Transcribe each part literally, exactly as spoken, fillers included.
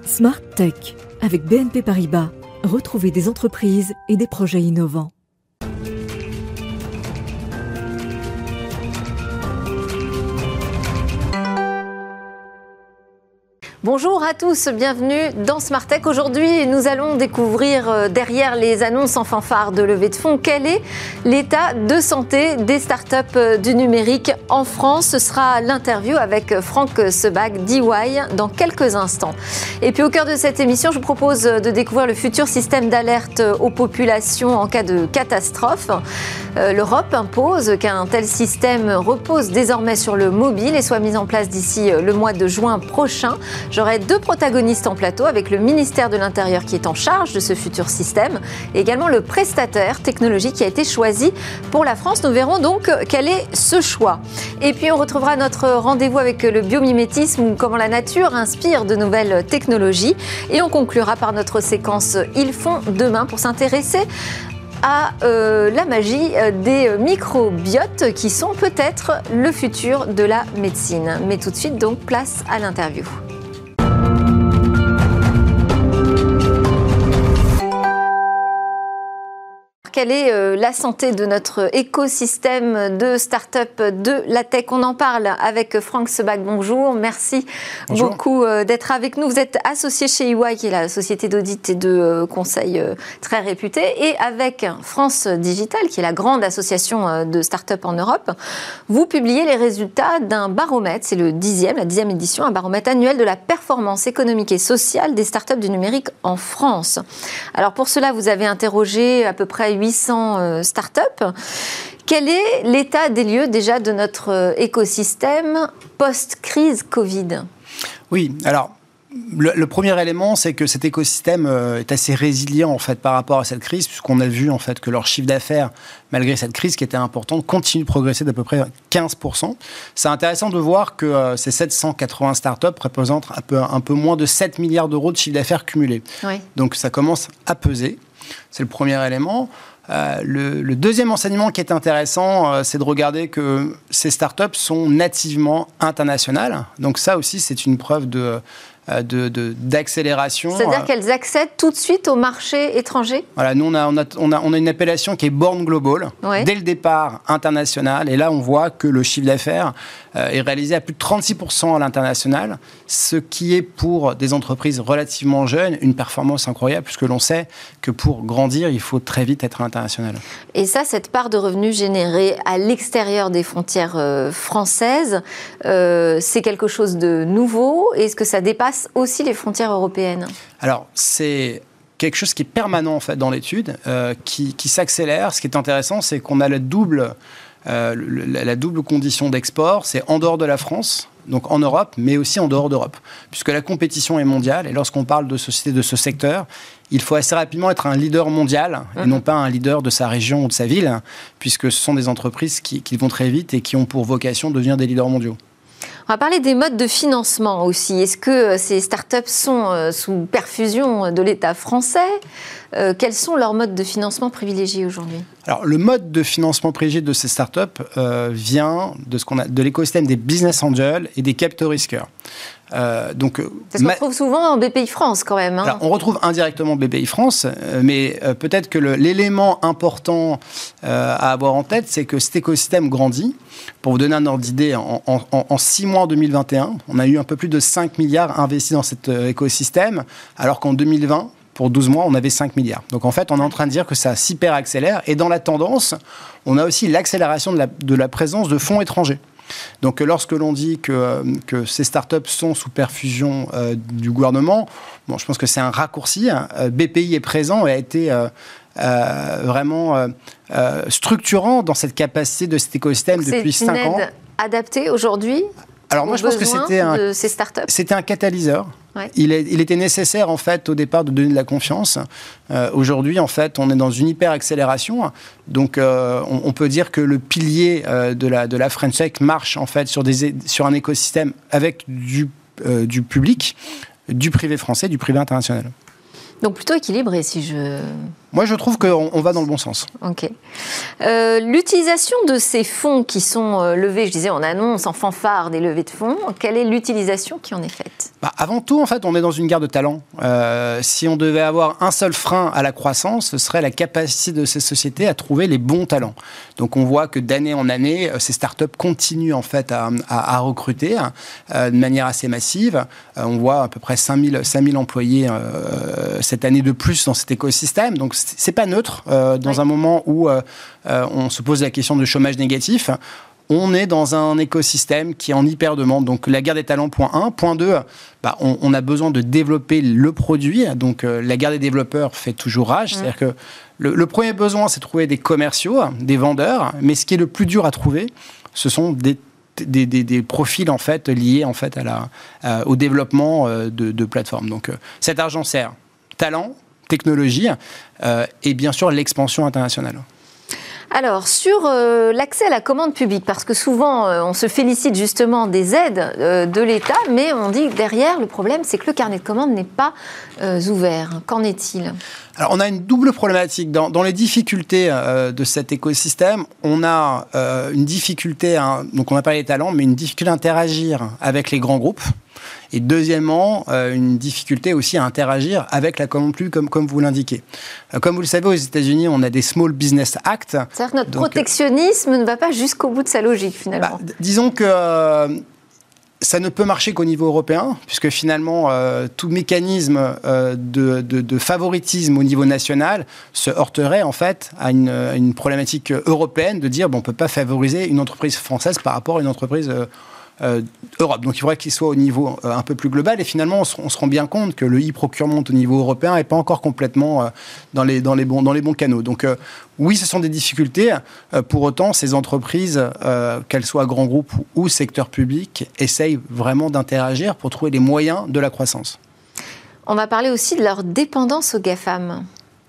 Smart Tech, avec B N P Paribas. Retrouvez des entreprises et des projets innovants. Bonjour à tous, bienvenue dans Smart Tech. Aujourd'hui, nous allons découvrir derrière les annonces en fanfare de levée de fonds, quel est l'état de santé des startups du numérique en France. Ce sera l'interview avec Franck Sebag d'E Y dans quelques instants. Et puis au cœur de cette émission, je vous propose de découvrir le futur système d'alerte aux populations en cas de catastrophe. L'Europe impose qu'un tel système repose désormais sur le mobile et soit mis en place d'ici le mois de juin prochain. J'aurai deux protagonistes en plateau avec le ministère de l'Intérieur qui est en charge de ce futur système et également le prestataire technologique qui a été choisi pour la France. Nous verrons donc quel est ce choix. Et puis on retrouvera notre rendez-vous avec le biomimétisme ou comment la nature inspire de nouvelles technologies. Et on conclura par notre séquence Ils font demain pour s'intéresser à euh, la magie des microbiotes qui sont peut-être le futur de la médecine. Mais tout de suite donc place à l'interview. Quelle est euh, la santé de notre écosystème de start-up de la tech? On en parle avec Franck Sebag. Bonjour, merci Bonjour. beaucoup euh, d'être avec nous. Vous êtes associé chez E Y, qui est la société d'audit et de euh, conseil euh, très réputée, et avec France Digital, qui est la grande association euh, de start-up en Europe. Vous publiez les résultats d'un baromètre, c'est le dixième, la dixième édition, un baromètre annuel de la performance économique et sociale des start-up du numérique en France. Alors pour cela, vous avez interrogé à peu près huit cents startups. Quel est l'état des lieux déjà de notre écosystème post-crise Covid ? Oui, alors le, le premier élément, c'est que cet écosystème est assez résilient en fait par rapport à cette crise, puisqu'on a vu en fait que leur chiffre d'affaires, malgré cette crise qui était importante, continue de progresser d'à peu près quinze pour cent. C'est intéressant de voir que euh, ces sept cent quatre-vingts startups représentent un peu, un peu moins de sept milliards d'euros de chiffre d'affaires cumulé. Oui. Donc ça commence à peser. C'est le premier élément. Euh, le, le deuxième enseignement qui est intéressant, euh, c'est de regarder que ces startups sont nativement internationales. Donc ça aussi, c'est une preuve de, de, de, d'accélération. C'est-à-dire qu'elles accèdent tout de suite au marché étranger ? Voilà, nous, on a, on a, on a, on a une appellation qui est Born Global, ouais. Dès le départ international. Et là, on voit que le chiffre d'affaires euh, est réalisé à plus de trente-six pour cent à l'international, ce qui est pour des entreprises relativement jeunes une performance incroyable, puisque l'on sait que pour grandir, il faut très vite être international. Et ça, cette part de revenus générés à l'extérieur des frontières euh, françaises, euh, c'est quelque chose de nouveau? Est-ce que ça dépasse aussi les frontières européennes? Alors, c'est quelque chose qui est permanent en fait dans l'étude, euh, qui, qui s'accélère. Ce qui est intéressant, c'est qu'on a la double, euh, la, la double condition d'export, c'est en dehors de la France, donc en Europe, mais aussi en dehors d'Europe, puisque la compétition est mondiale. Et lorsqu'on parle de sociétés de ce secteur, il faut assez rapidement être un leader mondial mmh. et non pas un leader de sa région ou de sa ville, puisque ce sont des entreprises qui, qui vont très vite et qui ont pour vocation de devenir des leaders mondiaux. On va parler des modes de financement aussi. Est-ce que ces startups sont sous perfusion de l'État français ? euh, Quels sont leurs modes de financement privilégiés aujourd'hui ? Alors, le mode de financement privilégié de ces startups euh, vient de, ce qu'on a, de l'écosystème des business angels et des capital risqueurs. Euh, donc, Parce qu'on ma... retrouve souvent en B P I France quand même. Hein. Alors, on retrouve indirectement B P I France, euh, mais euh, peut-être que le, l'élément important euh, à avoir en tête, c'est que cet écosystème grandit. Pour vous donner un ordre d'idée, en, en, en six mois en deux mille vingt et un, on a eu un peu plus de cinq milliards investis dans cet euh, écosystème, alors qu'en deux mille vingt, pour douze mois, on avait cinq milliards. Donc en fait, on est en train de dire que ça s'hyper accélère. Et dans la tendance, on a aussi l'accélération de la, de la présence de fonds étrangers. Donc lorsque l'on dit que, que ces startups sont sous perfusion euh, du gouvernement, bon, je pense que c'est un raccourci. Hein. B P I est présent et a été euh, euh, vraiment euh, euh, structurant dans cette capacité de cet écosystème Donc depuis cinq ans. C'est une aide adaptée aujourd'hui ? Alors moi je pense que c'était un, c'était un catalyseur. Ouais. Il, est, il était nécessaire en fait au départ de donner de la confiance. Euh, aujourd'hui en fait on est dans une hyper accélération. Donc euh, on, on peut dire que le pilier euh, de la de la French Tech marche en fait sur des sur un écosystème avec du euh, du public, du privé français, du privé international. Donc plutôt équilibré, si je... Moi, je trouve qu'on on va dans le bon sens. Ok. Euh, l'utilisation de ces fonds qui sont euh, levés, je disais, en annonce, en fanfare des levées de fonds, quelle est l'utilisation qui en est faite ? Bah, avant tout, en fait, on est dans une guerre de talents. Euh, si on devait avoir un seul frein à la croissance, ce serait la capacité de ces sociétés à trouver les bons talents. Donc, on voit que d'année en année, ces startups continuent en fait à, à, à recruter euh, de manière assez massive. Euh, on voit à peu près cinq mille employés euh, cette année de plus dans cet écosystème. Donc, c'est pas neutre euh, dans oui. un moment où euh, euh, on se pose la question de chômage négatif. On est dans un écosystème qui est en hyper demande. Donc la guerre des talents, point un. Point deux, bah, on, on a besoin de développer le produit. Donc euh, la guerre des développeurs fait toujours rage. Mmh. C'est-à-dire que le, le premier besoin, c'est de trouver des commerciaux, des vendeurs. Mais ce qui est le plus dur à trouver, ce sont des Des, des, des profils en fait liés en fait à la, euh, au développement euh, de, de plateformes. Donc euh, cet argent sert talent, technologie euh, et bien sûr l'expansion internationale. Alors, sur euh, l'accès à la commande publique, parce que souvent, euh, on se félicite justement des aides euh, de l'État, mais on dit que derrière, le problème, c'est que le carnet de commandes n'est pas euh, ouvert. Qu'en est-il ? Alors, on a une double problématique. Dans, dans les difficultés euh, de cet écosystème, on a euh, une difficulté, à, donc on a parlé des talents, mais une difficulté à interagir avec les grands groupes. Et deuxièmement, euh, une difficulté aussi à interagir avec la commande publique, comme, comme vous l'indiquez. Euh, comme vous le savez, aux États-Unis, on a des Small Business Act. C'est-à-dire que notre donc, protectionnisme euh, ne va pas jusqu'au bout de sa logique, finalement. Bah, disons que euh, ça ne peut marcher qu'au niveau européen, puisque finalement, euh, tout mécanisme euh, de, de, de favoritisme au niveau national se heurterait en fait à une, à une problématique européenne de dire bon, on ne peut pas favoriser une entreprise française par rapport à une entreprise euh, Euh, Europe. Donc il faudrait qu'il soit au niveau euh, un peu plus global et finalement on se, on se rend bien compte que le e-procurement au niveau européen n'est pas encore complètement euh, dans, les, dans, les bons, dans les bons canaux. Donc euh, oui, ce sont des difficultés. Euh, pour autant, ces entreprises, euh, qu'elles soient grands groupes ou, ou secteur public, essayent vraiment d'interagir pour trouver les moyens de la croissance. On va parler aussi de leur dépendance aux GAFAM.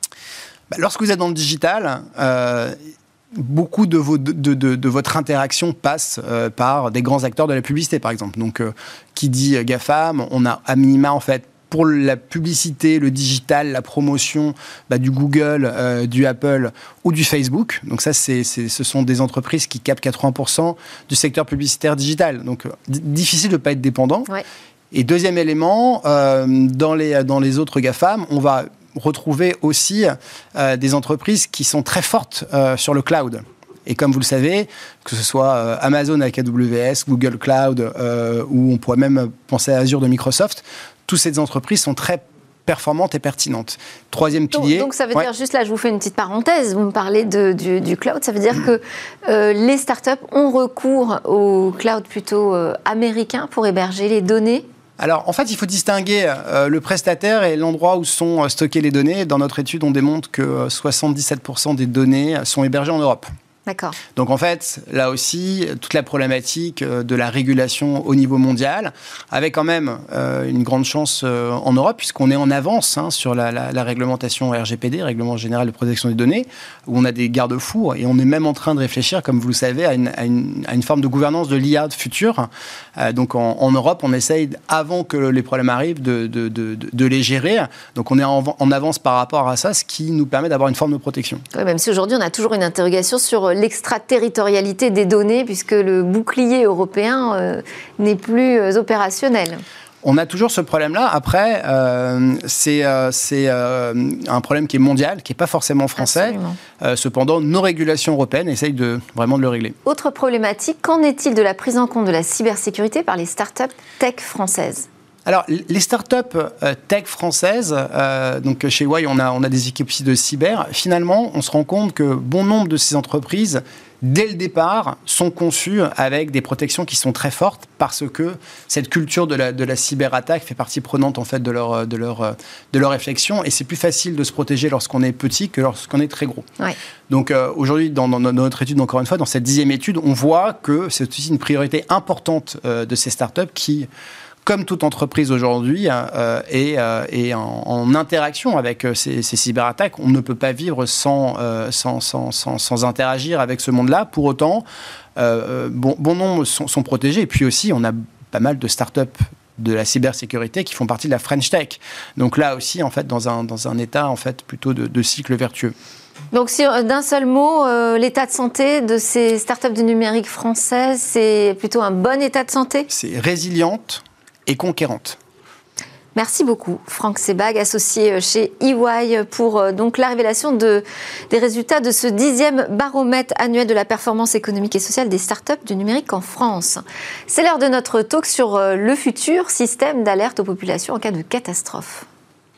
Bah, lorsque vous êtes dans le digital, euh, beaucoup de, vos, de, de, de votre interaction passe euh, par des grands acteurs de la publicité, par exemple. Donc, euh, qui dit GAFAM, on a à minima, en fait, pour la publicité, le digital, la promotion, bah, du Google, euh, du Apple ou du Facebook. Donc ça, c'est, c'est, ce sont des entreprises qui captent quatre-vingts pour cent du secteur publicitaire digital. Donc, euh, d- difficile de ne pas être dépendant. Ouais. Et deuxième élément, euh, dans, les, dans les autres GAFAM, on va retrouver aussi euh, des entreprises qui sont très fortes euh, sur le cloud. Et comme vous le savez, que ce soit euh, Amazon avec A W S, Google Cloud, euh, ou on pourrait même penser à Azure de Microsoft, toutes ces entreprises sont très performantes et pertinentes. Troisième pilier... Donc, donc ça veut ouais. dire, juste là, je vous fais une petite parenthèse, vous me parlez de, du, du cloud, ça veut dire que euh, les startups ont recours au cloud plutôt euh, américain pour héberger les données. Alors, en fait, il faut distinguer euh, le prestataire et l'endroit où sont euh, stockées les données. Dans notre étude, on démontre que euh, soixante-dix-sept pour cent des données sont hébergées en Europe. D'accord. Donc, en fait, là aussi, toute la problématique euh, de la régulation au niveau mondial, avec quand même euh, une grande chance euh, en Europe, puisqu'on est en avance hein, sur la, la, la réglementation R G P D, Règlement Général de Protection des Données, où on a des garde-fous, et on est même en train de réfléchir, comme vous le savez, à une, à une, à une forme de gouvernance de l'I A future. Euh, donc, en, en Europe, on essaye, avant que les problèmes arrivent, de, de, de, de, de les gérer. Donc, on est en, en avance par rapport à ça, ce qui nous permet d'avoir une forme de protection. Oui, même si aujourd'hui, on a toujours une interrogation sur l'extraterritorialité des données, puisque le bouclier européen euh, n'est plus euh, opérationnel. On a toujours ce problème-là. Après, euh, c'est, euh, c'est euh, un problème qui est mondial, qui n'est pas forcément français. Euh, cependant, nos régulations européennes essayent de, vraiment de le régler. Autre problématique, qu'en est-il de la prise en compte de la cybersécurité par les startups tech françaises ? Alors, les startups euh, tech françaises, euh, donc chez Y, on a, on a des équipes aussi de cyber. Finalement, on se rend compte que bon nombre de ces entreprises, dès le départ, sont conçues avec des protections qui sont très fortes parce que cette culture de la, de la cyberattaque fait partie prenante en fait de leur, de leur, de leur réflexion. Et c'est plus facile de se protéger lorsqu'on est petit que lorsqu'on est très gros. Ouais. Donc euh, aujourd'hui, dans, dans notre étude, encore une fois, dans cette dixième étude, on voit que c'est aussi une priorité importante euh, de ces startups qui, comme toute entreprise aujourd'hui, euh, est, euh, est en, en interaction avec euh, ces, ces cyberattaques. On ne peut pas vivre sans, euh, sans, sans, sans, sans interagir avec ce monde-là. Pour autant, euh, bon, bon nombre sont, sont protégés. Et puis aussi, on a pas mal de startups de la cybersécurité qui font partie de la French Tech. Donc là aussi, en fait, dans un, dans un état en fait, plutôt de, de cycle vertueux. Donc, si, d'un seul mot, euh, l'état de santé de ces startups du numérique françaises, c'est plutôt un bon état de santé ? C'est résiliente et conquérante. Merci beaucoup, Franck Sebag, associé chez E Y, pour euh, donc la révélation de, des résultats de ce dixième baromètre annuel de la performance économique et sociale des startups du numérique en France. C'est l'heure de notre talk sur euh, le futur système d'alerte aux populations en cas de catastrophe.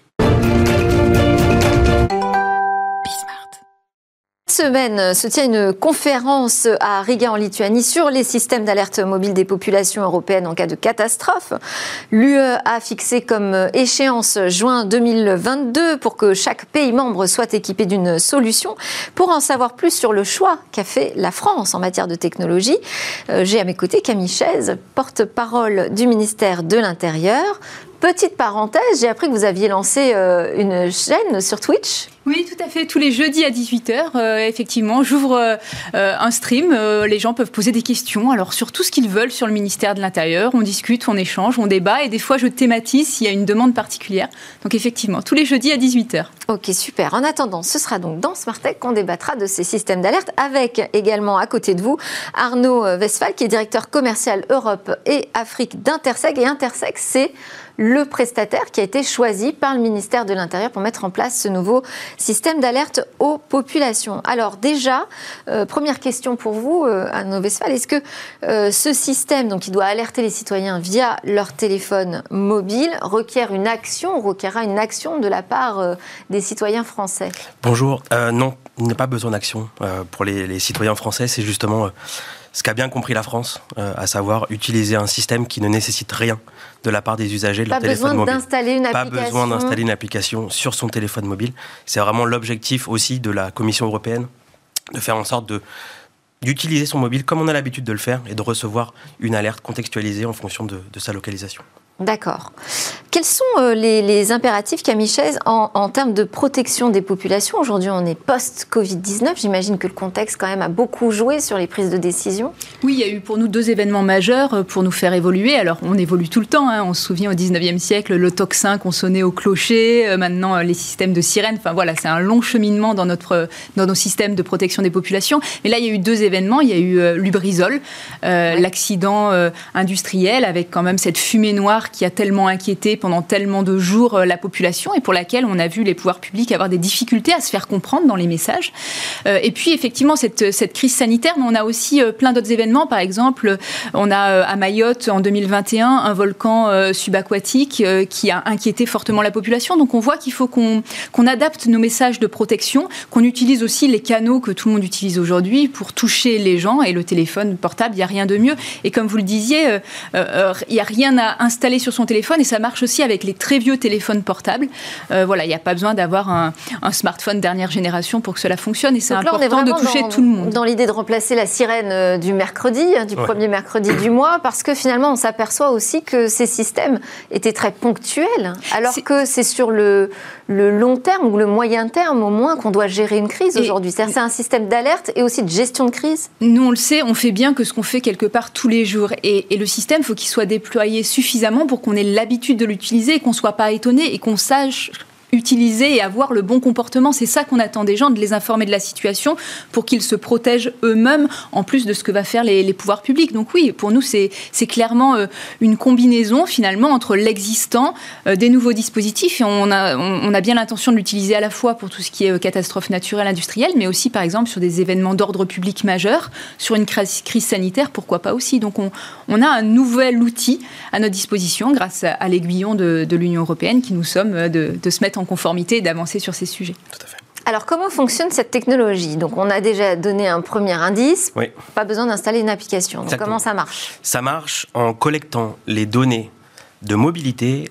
Cette semaine se tient une conférence à Riga en Lituanie sur les systèmes d'alerte mobile des populations européennes en cas de catastrophe. L'U E a fixé comme échéance juin deux mille vingt-deux pour que chaque pays membre soit équipé d'une solution. Pour en savoir plus sur le choix qu'a fait la France en matière de technologie, j'ai à mes côtés Camille Chaise, porte-parole du ministère de l'Intérieur. Petite parenthèse, j'ai appris que vous aviez lancé une chaîne sur Twitch. Oui, tout à fait. Tous les jeudis à dix-huit heures, euh, effectivement, j'ouvre euh, un stream. Euh, les gens peuvent poser des questions, alors sur tout ce qu'ils veulent sur le ministère de l'Intérieur. On discute, on échange, on débat et des fois je thématise s'il y a une demande particulière. Donc effectivement, tous les jeudis à dix-huit heures. Ok, super. En attendant, ce sera donc dans Smart Tech qu'on débattra de ces systèmes d'alerte avec également à côté de vous Arnaud Westphal, qui est directeur commercial Europe et Afrique d'Intersec. Et Intersec, c'est le prestataire qui a été choisi par le ministère de l'Intérieur pour mettre en place ce nouveau système d'alerte aux populations. Alors déjà, euh, première question pour vous, euh, Arnaud Westphal, est-ce que euh, ce système, donc qui doit alerter les citoyens via leur téléphone mobile, requiert une action, requiera une action de la part euh, des citoyens français ? Bonjour, euh, non, il n'y a pas besoin d'action euh, pour les, les citoyens français, c'est justement euh, ce qu'a bien compris la France, euh, à savoir utiliser un système qui ne nécessite rien de la part des usagers de leur téléphone mobile. Pas besoin d'installer une Pas application. besoin d'installer une application sur son téléphone mobile. C'est vraiment l'objectif aussi de la Commission européenne, de faire en sorte de, d'utiliser son mobile comme on a l'habitude de le faire et de recevoir une alerte contextualisée en fonction de, de sa localisation. D'accord. Quels sont euh, les, les impératifs, Camille Chaise, en, en termes de protection des populations ? Aujourd'hui, on est post-covid dix-neuf. J'imagine que le contexte, quand même, a beaucoup joué sur les prises de décision. Oui, il y a eu pour nous deux événements majeurs pour nous faire évoluer. Alors, on évolue tout le temps. Hein. On se souvient, au dix-neuvième siècle, le tocsin qu'on sonnait au clocher. Euh, maintenant, les systèmes de sirènes. Enfin, voilà, c'est un long cheminement dans, notre, dans nos systèmes de protection des populations. Mais là, il y a eu deux événements. Il y a eu euh, Lubrizol, euh, oui. l'accident euh, industriel, avec quand même cette fumée noire qui a tellement inquiété pendant tellement de jours la population et pour laquelle on a vu les pouvoirs publics avoir des difficultés à se faire comprendre dans les messages. Euh, et puis effectivement cette, cette crise sanitaire, mais on a aussi euh, plein d'autres événements. Par exemple, on a euh, à Mayotte en deux mille vingt et un un volcan euh, subaquatique euh, qui a inquiété fortement la population. Donc on voit qu'il faut qu'on, qu'on adapte nos messages de protection, qu'on utilise aussi les canaux que tout le monde utilise aujourd'hui pour toucher les gens, et le téléphone portable, il n'y a rien de mieux. Et comme vous le disiez, euh, euh, il n'y a rien à installer sur son téléphone, et ça marche aussi avec les très vieux téléphones portables. Euh, voilà, il n'y a pas besoin d'avoir un, un smartphone dernière génération pour que cela fonctionne, et c'est donc là, important de toucher dans, tout le monde. Dans l'idée de remplacer la sirène euh, du mercredi, hein, du ouais. premier mercredi du mois, parce que finalement on s'aperçoit aussi que ces systèmes étaient très ponctuels, alors c'est... que c'est sur le, le long terme ou le moyen terme au moins qu'on doit gérer une crise et aujourd'hui. C'est-à-dire c'est un système d'alerte et aussi de gestion de crise. Nous on le sait, on fait bien que ce qu'on fait quelque part tous les jours, et, et le système, il faut qu'il soit déployé suffisamment pour qu'on ait l'habitude de l'utiliser et qu'on ne soit pas étonné et qu'on sache utiliser et avoir le bon comportement. C'est ça qu'on attend des gens, de les informer de la situation pour qu'ils se protègent eux-mêmes, en plus de ce que va faire les, les pouvoirs publics. Donc oui, pour nous, c'est, c'est clairement euh, une combinaison finalement entre l'existant, euh, des nouveaux dispositifs, et on a, on, on a bien l'intention de l'utiliser à la fois pour tout ce qui est euh, catastrophe naturelle, industrielle, mais aussi par exemple sur des événements d'ordre public majeurs, sur une crise, crise sanitaire, pourquoi pas aussi. Donc on, on a un nouvel outil à notre disposition grâce à, à l'aiguillon de, de l'Union européenne qui nous sommes de, de se mettre en conformité et d'avancer sur ces sujets. Tout à fait. Alors, comment fonctionne cette technologie ? Donc, on a déjà donné un premier indice. Oui. Pas besoin d'installer une application. Donc, comment ça marche ? Ça marche en collectant les données de mobilité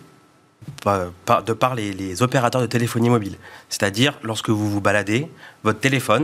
de par les, les opérateurs de téléphonie mobile. C'est-à-dire, lorsque vous vous baladez, votre téléphone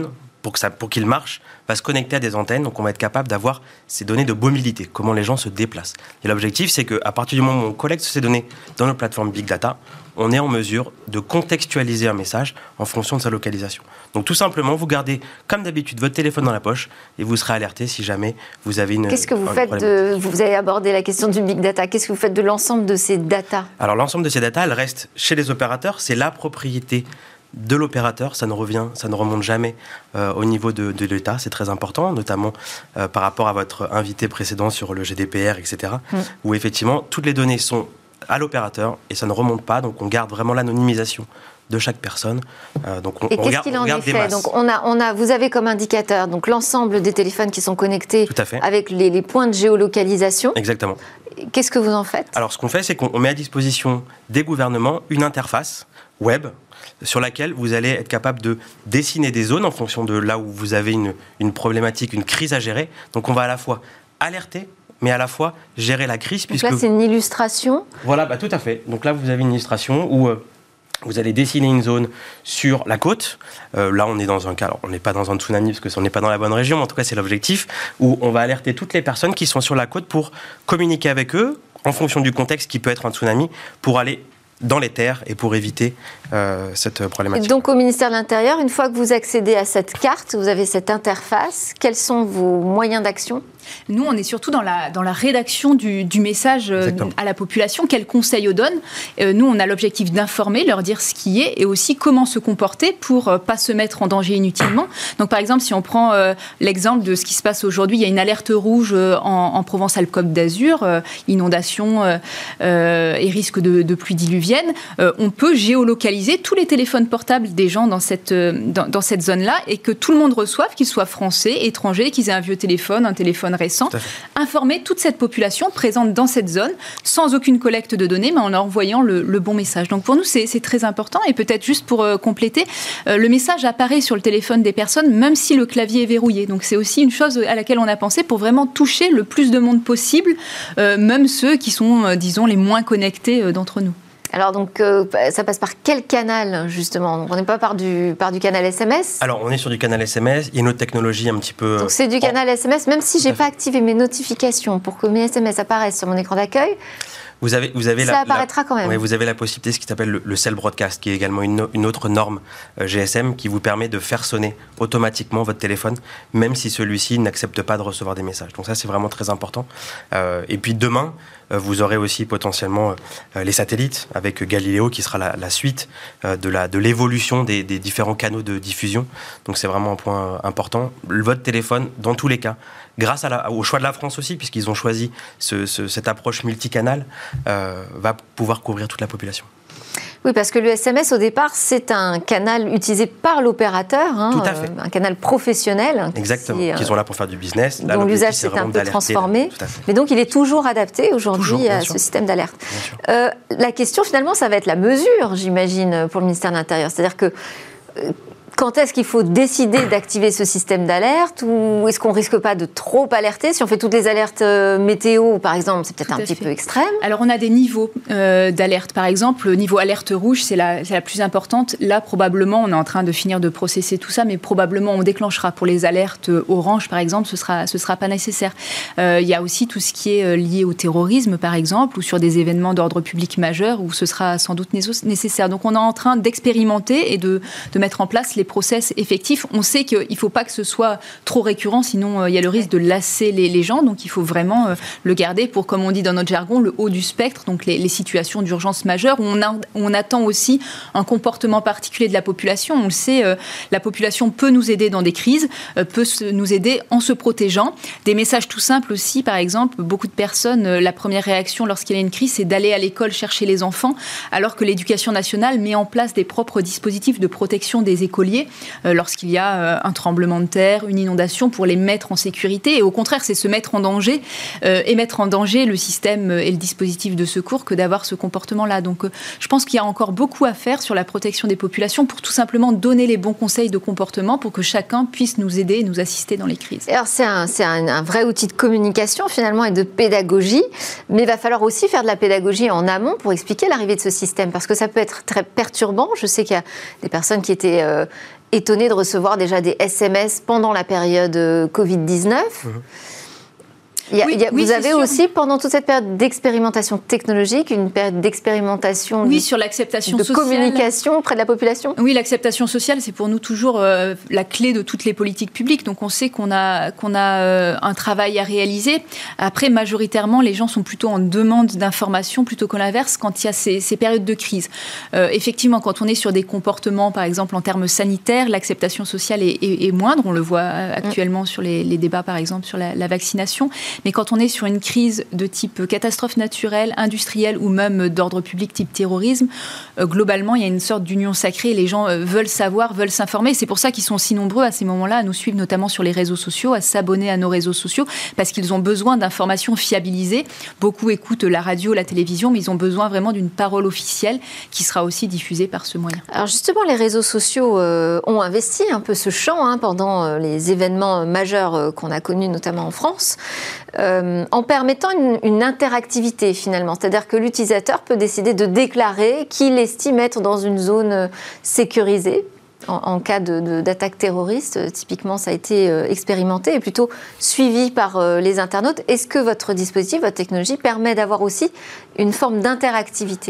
pour, que ça, pour qu'il marche, va se connecter à des antennes. Donc, on va être capable d'avoir ces données de mobilité, comment les gens se déplacent. Et l'objectif, c'est qu'à partir du moment où on collecte ces données dans nos plateformes Big Data, on est en mesure de contextualiser un message en fonction de sa localisation. Donc, tout simplement, vous gardez, comme d'habitude, votre téléphone dans la poche et vous serez alerté si jamais vous avez une... Qu'est-ce que vous faites de... Vous avez abordé la question du Big Data. Qu'est-ce que vous faites de l'ensemble de ces datas ? Alors, l'ensemble de ces datas, elles restent chez les opérateurs. C'est la propriété de l'opérateur, ça ne revient, ça ne remonte jamais euh, au niveau de, de l'État, c'est très important, notamment euh, par rapport à votre invité précédent sur le G D P R, et cetera, mmh. où effectivement toutes les données sont à l'opérateur et ça ne remonte pas, donc on garde vraiment l'anonymisation de chaque personne. Euh, donc on, et on qu'est-ce garde, qu'il en on garde est fait ? des masses. Donc on a, on a, vous avez comme indicateur donc l'ensemble des téléphones qui sont connectés avec les, les points de géolocalisation. Exactement. Qu'est-ce que vous en faites ? Alors ce qu'on fait, c'est qu'on met à disposition des gouvernements une interface web sur laquelle vous allez être capable de dessiner des zones en fonction de là où vous avez une, une problématique, une crise à gérer. Donc on va à la fois alerter, mais à la fois gérer la crise. Donc puisque... là, c'est une illustration. Voilà, bah, tout à fait. Donc là, vous avez une illustration où euh, vous allez dessiner une zone sur la côte. Euh, là, on est dans un cas, alors on n'est pas dans un tsunami parce qu'on n'est pas dans la bonne région, mais en tout cas, c'est l'objectif, où on va alerter toutes les personnes qui sont sur la côte pour communiquer avec eux, en fonction du contexte qui peut être un tsunami, pour aller dans les terres et pour éviter euh, cette problématique. Donc au ministère de l'Intérieur, une fois que vous accédez à cette carte, vous avez cette interface, quels sont vos moyens d'action ? Nous, on est surtout dans la, dans la rédaction du, du message euh, à la population. Quels conseils on donne ? euh, Nous, on a l'objectif d'informer, leur dire ce qui est et aussi comment se comporter pour ne euh, pas se mettre en danger inutilement. Donc, par exemple, si on prend euh, l'exemple de ce qui se passe aujourd'hui, il y a une alerte rouge euh, en, en Provence-Alpes-Côte d'Azur, euh, inondation euh, euh, et risque de, de pluie diluvienne. Euh, on peut géolocaliser tous les téléphones portables des gens dans cette, euh, dans, dans cette zone-là et que tout le monde reçoive, qu'ils soient français, étrangers, qu'ils aient un vieux téléphone, un téléphone récent, informer toute cette population présente dans cette zone sans aucune collecte de données, mais en envoyant le, le bon message. Donc pour nous, c'est, c'est très important. Et peut-être juste pour euh, compléter, euh, le message apparaît sur le téléphone des personnes, même si le clavier est verrouillé. Donc c'est aussi une chose à laquelle on a pensé pour vraiment toucher le plus de monde possible, euh, même ceux qui sont, euh, disons, les moins connectés euh, d'entre nous. Alors, donc, euh, ça passe par quel canal, justement ? Donc, on n'est pas par du, par du canal S M S ? Alors, on est sur du canal S M S. Il y a une autre technologie un petit peu... Donc, c'est du canal S M S, même si je n'ai pas activé mes notifications pour que mes S M S apparaissent sur mon écran d'accueil. Vous avez, vous avez ça la, apparaîtra la, quand même. Oui, vous avez la possibilité, ce qui s'appelle le, le Cell Broadcast, qui est également une, une autre norme euh, G S M qui vous permet de faire sonner automatiquement votre téléphone, même si celui-ci n'accepte pas de recevoir des messages. Donc ça, c'est vraiment très important. Euh, et puis demain, euh, vous aurez aussi potentiellement euh, les satellites avec Galileo, qui sera la, la suite euh, de, la, de l'évolution des, des différents canaux de diffusion. Donc c'est vraiment un point important. Votre téléphone, dans tous les cas, grâce à la, au choix de la France aussi, puisqu'ils ont choisi ce, ce, cette approche multicanal, euh, va pouvoir couvrir toute la population. Oui, parce que le S M S, au départ, c'est un canal utilisé par l'opérateur, hein, tout à fait. Euh, un canal professionnel. Exactement, qui, euh, qui sont là pour faire du business. Là, dont l'usage s'est un peu transformé. Mais donc, il est toujours adapté aujourd'hui toujours, à sûr. ce système d'alerte. Euh, la question, finalement, ça va être la mesure, j'imagine, pour le ministère de l'Intérieur. C'est-à-dire que... Euh, Quand est-ce qu'il faut décider d'activer ce système d'alerte, ou est-ce qu'on ne risque pas de trop alerter ? Si on fait toutes les alertes euh, météo, par exemple, c'est peut-être Tout un petit fait. peu extrême. Alors, on a des niveaux euh, d'alerte. Par exemple, le niveau alerte rouge, c'est la, c'est la plus importante. Là, probablement, on est en train de finir de processer tout ça, mais probablement, on déclenchera. Pour les alertes orange, par exemple, ce ne sera, ce sera pas nécessaire. Euh, il y a aussi tout ce qui est lié au terrorisme, par exemple, ou sur des événements d'ordre public majeurs, où ce sera sans doute nécessaire. Donc, on est en train d'expérimenter et de, de mettre en place les process effectifs. On sait qu'il ne faut pas que ce soit trop récurrent, sinon euh, il y a le risque de lasser les, les gens. Donc il faut vraiment euh, le garder pour, comme on dit dans notre jargon, le haut du spectre, donc les, les situations d'urgence majeure, où on, a, on attend aussi un comportement particulier de la population. On le sait, euh, la population peut nous aider dans des crises, euh, peut se, nous aider en se protégeant. Des messages tout simples aussi, par exemple, beaucoup de personnes, euh, la première réaction lorsqu'il y a une crise, c'est d'aller à l'école chercher les enfants, alors que l'éducation nationale met en place des propres dispositifs de protection des écoliers euh, lorsqu'il y a euh, un tremblement de terre, une inondation, pour les mettre en sécurité. Et au contraire, c'est se mettre en danger euh, et mettre en danger le système et le dispositif de secours que d'avoir ce comportement-là. Donc, euh, je pense qu'il y a encore beaucoup à faire sur la protection des populations pour tout simplement donner les bons conseils de comportement pour que chacun puisse nous aider et nous assister dans les crises. Alors, c'est un, c'est un, un vrai outil de communication, finalement, et de pédagogie. Mais il va falloir aussi faire de la pédagogie en amont pour expliquer l'arrivée de ce système, parce que ça peut être très perturbant. Je sais qu'il y a des personnes qui étaient... Euh, étonné de recevoir déjà des S M S pendant la période covid dix-neuf. Mmh. Il y a, oui, il y a, oui, vous avez sûr. aussi, pendant toute cette période d'expérimentation technologique, une période d'expérimentation oui, de, sur l'acceptation de sociale. communication auprès de la population. Oui, l'acceptation sociale, c'est pour nous toujours euh, la clé de toutes les politiques publiques. Donc on sait qu'on a, qu'on a euh, un travail à réaliser. Après, majoritairement, les gens sont plutôt en demande d'informations plutôt que l'inverse quand il y a ces, ces périodes de crise. Euh, effectivement, quand on est sur des comportements, par exemple en termes sanitaires, l'acceptation sociale est, est, est moindre. On le voit actuellement mmh. sur les, les débats, par exemple, sur la, la vaccination. Mais quand on est sur une crise de type catastrophe naturelle, industrielle ou même d'ordre public type terrorisme, euh, globalement, il y a une sorte d'union sacrée. Les gens euh, veulent savoir, veulent s'informer. C'est pour ça qu'ils sont si nombreux à ces moments-là à nous suivre, notamment sur les réseaux sociaux, à s'abonner à nos réseaux sociaux, parce qu'ils ont besoin d'informations fiabilisées. Beaucoup écoutent la radio, la télévision, mais ils ont besoin vraiment d'une parole officielle qui sera aussi diffusée par ce moyen. Alors justement, les réseaux sociaux euh, ont investi un peu ce champ hein, pendant euh, les événements majeurs euh, qu'on a connus, notamment en France. Euh, en permettant une, une interactivité finalement. C'est-à-dire que l'utilisateur peut décider de déclarer qu'il estime être dans une zone sécurisée en, en cas de, de, d'attaque terroriste. Typiquement, ça a été euh, expérimenté et plutôt suivi par euh, les internautes. Est-ce que votre dispositif, votre technologie permet d'avoir aussi une forme d'interactivité ?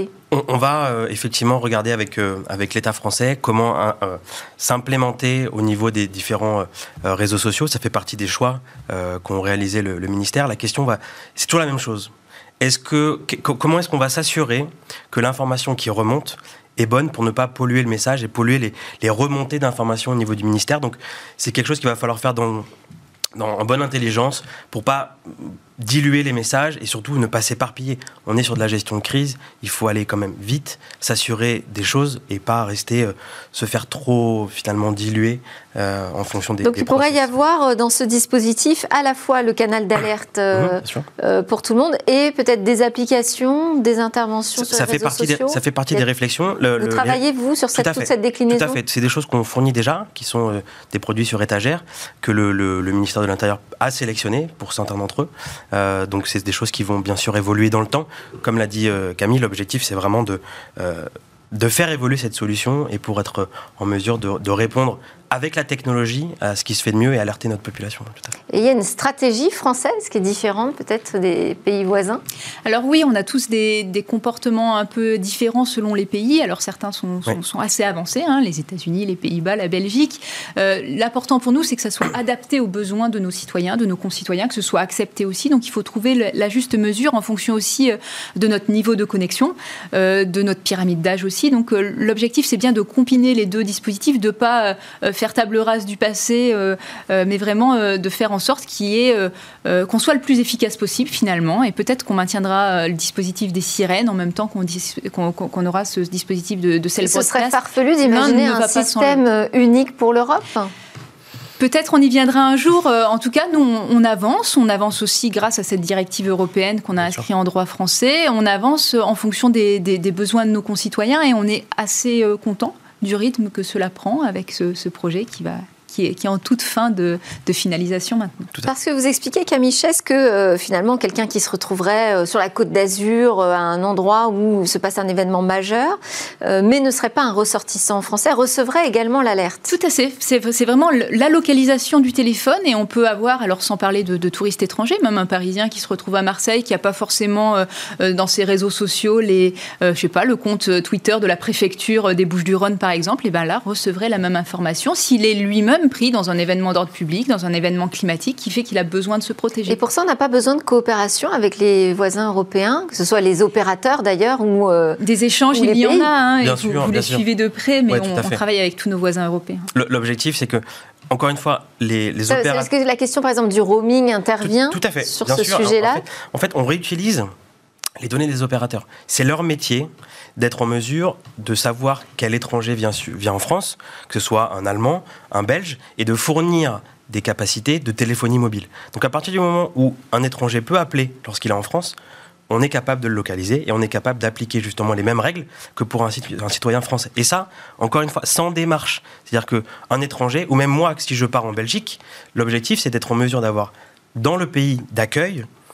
On, on va euh, effectivement regarder avec, euh, avec l'État français comment euh, s'implémenter au niveau des différents euh, réseaux sociaux. Ça fait partie des choix euh, qu'ont réalisé le, le ministère. La question va, c'est toujours la même chose. Est-ce que, que, comment est-ce qu'on va s'assurer que l'information qui remonte est bonne pour ne pas polluer le message et polluer les, les remontées d'informations au niveau du ministère. Donc c'est quelque chose qu'il va falloir faire dans, dans, en bonne intelligence pour pas diluer les messages et surtout ne pas s'éparpiller. On est sur de la gestion de crise, il faut aller quand même vite, s'assurer des choses et pas rester, euh, se faire trop finalement diluer euh, en fonction des Donc des il pourrait process. y avoir dans ce dispositif à la fois le canal d'alerte euh, mmh, euh, pour tout le monde et peut-être des applications, des interventions ça, sur ça les fait réseaux partie sociaux. Des, ça fait partie des réflexions. Le, vous le, travaillez, vous, sur cette, toute cette déclinaison ? Tout à fait. C'est des choses qu'on fournit déjà, qui sont euh, des produits sur étagère, que le, le, le ministère de l'Intérieur a sélectionné pour certains d'entre eux. Euh, donc c'est des choses qui vont bien sûr évoluer dans le temps. Comme l'a dit euh, Camille, l'objectif c'est vraiment de, euh, de faire évoluer cette solution et pour être en mesure de, de répondre avec la technologie à ce qui se fait de mieux et alerter notre population. Tout à fait. Et il y a une stratégie française qui est différente peut-être des pays voisins ? Alors oui, on a tous des, des comportements un peu différents selon les pays. Alors certains sont, sont, oui. sont assez avancés, hein, les États-Unis, les Pays-Bas, la Belgique. Euh, l'important pour nous, c'est que ça soit adapté aux besoins de nos citoyens, de nos concitoyens, que ce soit accepté aussi. Donc il faut trouver le, la juste mesure en fonction aussi de notre niveau de connexion, euh, de notre pyramide d'âge aussi. Donc euh, l'objectif, c'est bien de combiner les deux dispositifs, de ne pas euh, faire table rase du passé, euh, euh, mais vraiment euh, de faire en sorte qu'il y ait, euh, euh, qu'on soit le plus efficace possible finalement, et peut-être qu'on maintiendra euh, le dispositif des sirènes en même temps qu'on, dis- qu'on, qu'on aura ce dispositif de, de cell broadcast. Ce serait farfelu d'imaginer un système le... unique pour l'Europe ? Peut-être on y viendra un jour. Euh, en tout cas, nous, on, on avance. On avance aussi grâce à cette directive européenne qu'on a inscrite en droit français. On avance en fonction des, des, des besoins de nos concitoyens et on est assez euh, content du rythme que cela prend avec ce, ce projet qui va... Qui est, qui est en toute fin de, de finalisation maintenant. Parce que vous expliquez, Camille Chess, que euh, finalement, quelqu'un qui se retrouverait euh, sur la Côte d'Azur, euh, à un endroit où se passe un événement majeur, euh, mais ne serait pas un ressortissant français, recevrait également l'alerte. Tout à fait. C'est, c'est vraiment la localisation du téléphone et on peut avoir, alors sans parler de, de touristes étrangers, même un Parisien qui se retrouve à Marseille, qui n'a pas forcément euh, dans ses réseaux sociaux les, euh, je sais pas, le compte Twitter de la préfecture des Bouches-du-Rhône, par exemple, et ben là, recevrait la même information s'il est lui-même pris dans un événement d'ordre public, dans un événement climatique qui fait qu'il a besoin de se protéger. Et pour ça, on n'a pas besoin de coopération avec les voisins européens, que ce soit les opérateurs d'ailleurs ou euh, des échanges, ou il y pays. en a, hein, et bien vous, sûr, vous bien les sûr. suivez de près, mais ouais, on, on travaille avec tous nos voisins européens. L'objectif, c'est que, encore une fois, les, les ça, opérateurs... Est-ce que la question, par exemple, du roaming intervient tout, tout à fait, sur bien ce sûr. sujet-là ? en, fait, en fait, on réutilise les données des opérateurs. C'est leur métier d'être en mesure de savoir quel étranger vient, vient en France, que ce soit un Allemand, un Belge, et de fournir des capacités de téléphonie mobile. Donc à partir du moment où un étranger peut appeler lorsqu'il est en France, on est capable de le localiser et on est capable d'appliquer justement les mêmes règles que pour un, un citoyen français. Et ça, encore une fois, sans démarche. C'est-à-dire qu'un étranger, ou même moi, si je pars en Belgique, l'objectif, c'est d'être en mesure d'avoir, dans le pays d'accueil,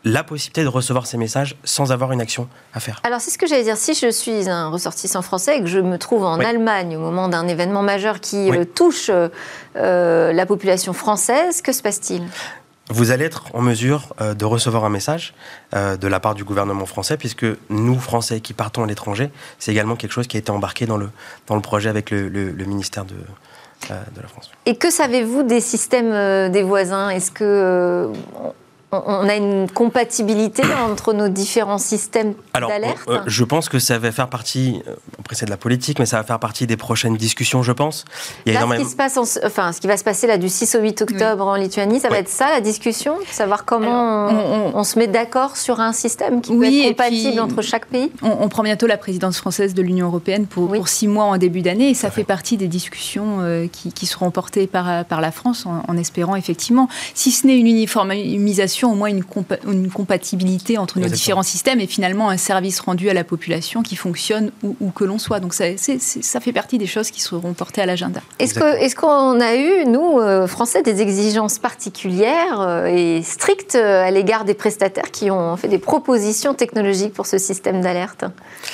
la possibilité de recevoir ces messages sans avoir une action à faire. Alors, c'est ce que j'allais dire. Si je suis un ressortissant français et que je me trouve en oui. Allemagne au moment d'un événement majeur qui oui. euh, touche euh, la population française, que se passe-t-il ? Vous allez être en mesure euh, de recevoir un message euh, de la part du gouvernement français, puisque nous, Français qui partons à l'étranger, c'est également quelque chose qui a été embarqué dans le, dans le projet avec le, le, le ministère de, euh, de la France. Et que savez-vous des systèmes euh, des voisins ? Est-ce que... Euh, on a une compatibilité entre nos différents systèmes Alors, d'alerte ? euh, Je pense que ça va faire partie, après c'est de la politique, mais ça va faire partie des prochaines discussions, je pense. Il y a là, énormément... ce, qui se passe en, enfin, ce qui va se passer là, du six au huit octobre oui. en Lituanie, ça oui. va être ça la discussion ? Savoir comment Alors, on, on, on se met d'accord sur un système qui oui, peut être compatible puis, entre chaque pays ? on, on prend bientôt la présidence française de l'Union européenne pour, oui. pour six mois en début d'année, et ça fait partie des discussions euh, qui, qui seront portées par, par la France, en, en espérant effectivement, si ce n'est une uniformisation, au moins une, compa- une compatibilité entre nos Exactement. différents systèmes et finalement un service rendu à la population qui fonctionne où, où que l'on soit. Donc ça, c'est, c'est, ça fait partie des choses qui seront portées à l'agenda. Est-ce, que, est-ce qu'on a eu, nous, euh, Français, des exigences particulières euh, et strictes euh, à l'égard des prestataires qui ont fait des propositions technologiques pour ce système d'alerte ?